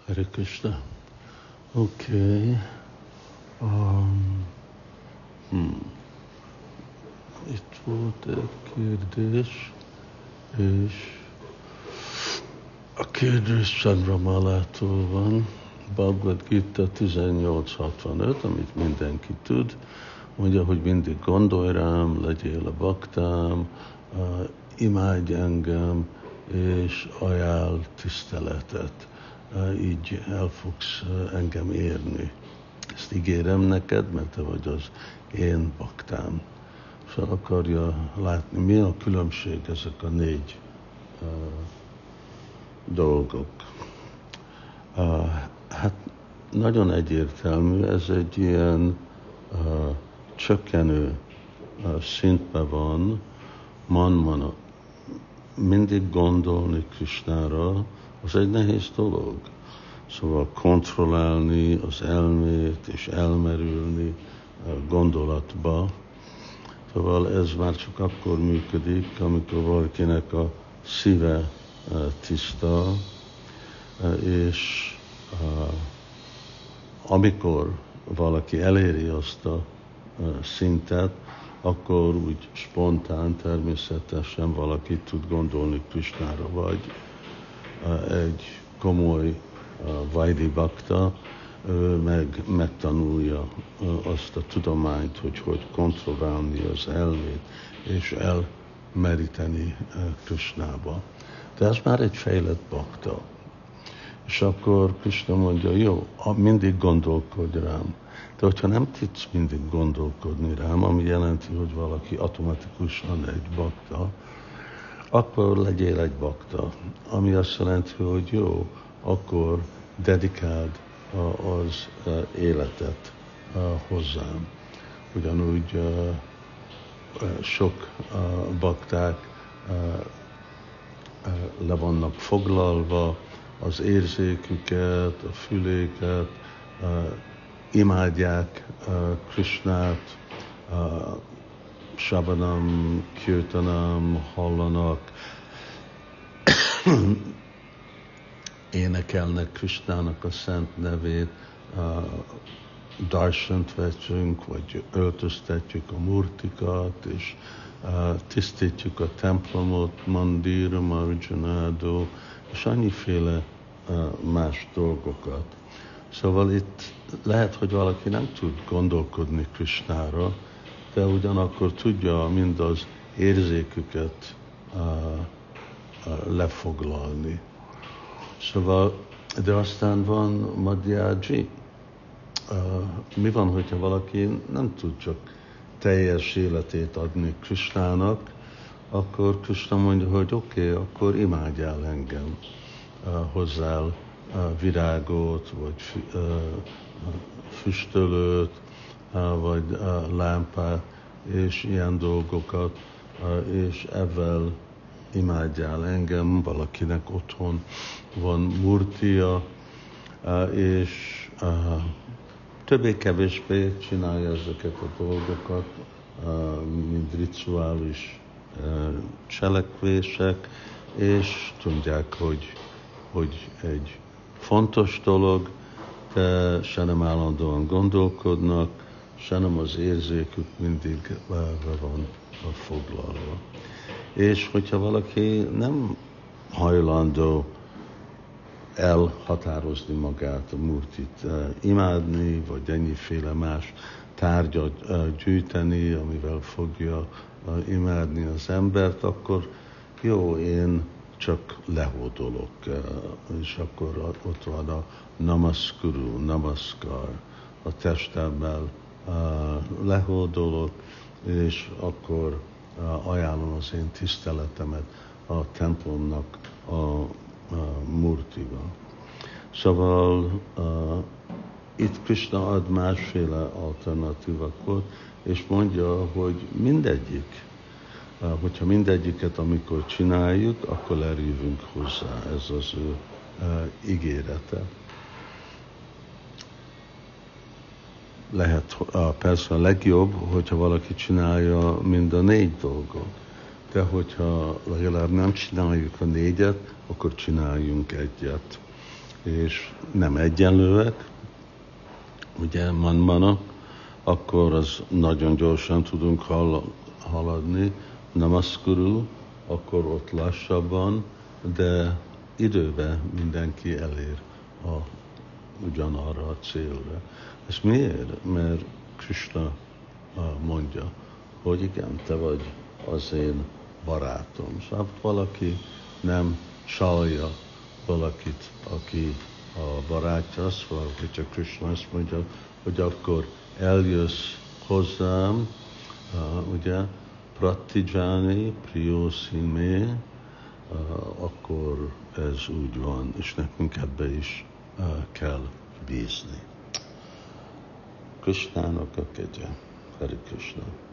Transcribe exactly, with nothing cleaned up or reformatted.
Hare Krishna. Oké. Okay. Um, hmm. Itt volt egy kérdés, és a kérdés Chandramálától van, Bhagavad Gita tizennyolc hatvanöt, amit mindenki tud, mondja, hogy mindig gondolj rám, legyél a baktám, uh, imádj engem, és ajánl tiszteletet. Uh, így el fogsz uh, engem érni. Ezt ígérem neked, mert te vagy az én baktám. Szóval akarja látni, mi a különbség ezek a négy uh, dolgok. Uh, hát nagyon egyértelmű, ez egy ilyen uh, csökkenő uh, szintben van, man-mana. Mindig gondolni Krishnára, az egy nehéz dolog. Szóval kontrollálni az elmét és elmerülni uh, gondolatba. Szóval ez már csak akkor működik, amikor valakinek a szíve uh, tiszta, uh, és uh, amikor valaki eléri azt a uh, szintet, akkor úgy spontán, természetesen valaki tud gondolni Krishnára, vagy uh, egy komoly uh, Vaidhi Bhakta, ő meg megtanulja uh, azt a tudományt, hogy hogy kontrollálni az elmét, és elmeríteni uh, Krishnába. De ez már egy fejlett Bhakta. És akkor Krishna mondja, jó, mindig gondolkodj rám. De hogyha nem tudsz mindig gondolkodni rám, ami jelenti, hogy valaki automatikusan egy bakta, akkor legyél egy bakta. Ami azt jelenti, hogy jó, akkor dedikáld az életet hozzám. Ugyanúgy sok bakták le vannak foglalva, az érzéküket, a füléket, uh, imádják uh, Krishnát, uh, Sabanam, Kirtanam, hallanak, énekelnek Krishnának a szent nevét, uh, darsant veszünk, vagy öltöztetjük a murtikat, és uh, tisztítjuk a templomot, mandira, marjanádó, és annyiféle uh, más dolgokat. Szóval itt lehet, hogy valaki nem tud gondolkodni Krishnára, de ugyanakkor tudja mind az érzéküket uh, uh, lefoglalni. Szóval, de aztán van Madhyaji. Uh, mi van, hogyha valaki nem tud csak teljes életét adni Krishnának, akkor Krishna mondja, hogy oké, okay, akkor imádjál engem, uh, hozzál uh, virágot, vagy uh, füstölőt, uh, vagy uh, lámpát, és ilyen dolgokat, uh, és ezzel imádjál engem, valakinek otthon van murtia, uh, és uh, többé-kevésbé csinálja ezeket a dolgokat, uh, mint rituális cselekvések, és tudják, hogy, hogy egy fontos dolog, de se nem állandóan gondolkodnak, se nem az érzékük mindig be van foglalva. És hogyha valaki nem hajlandó elhatározni magát, a murtit imádni, vagy ennyiféle más tárgyat gyűjteni, amivel fogja imádni az embert, akkor jó, én csak lehódolok, és akkor ott van a namaskuru, namaskar, a testemmel lehódolok, és akkor ajánlom az én tiszteletemet a templomnak a murtival. Szóval itt Krishna ad másféle alternatívakat, és mondja, hogy mindegyik, hogyha mindegyiket, amikor csináljuk, akkor elérjünk hozzá, ez az ő uh, ígérete. Lehet uh, persze a legjobb, hogyha valaki csinálja mind a négy dolgot, de hogyha legalább nem csináljuk a négyet, akkor csináljunk egyet. és nem egyenlőek, ugye manmanak, akkor az nagyon gyorsan tudunk haladni, namaskuru, akkor ott lassabban, de időben mindenki elér a, ugyanarra a célra. Ez miért? Mert Krishna mondja, hogy igen, te vagy az én barátom. Szóval valaki nem csalja valakit, aki a barátja, szóval, hogyha Krishna azt mondja, hogy akkor eljössz hozzám, uh, ugye, pratijani, priyosime, uh, akkor ez úgy van, és nekünk ebbe is uh, kell bízni. Krishnának a kegye. Hare Krishna.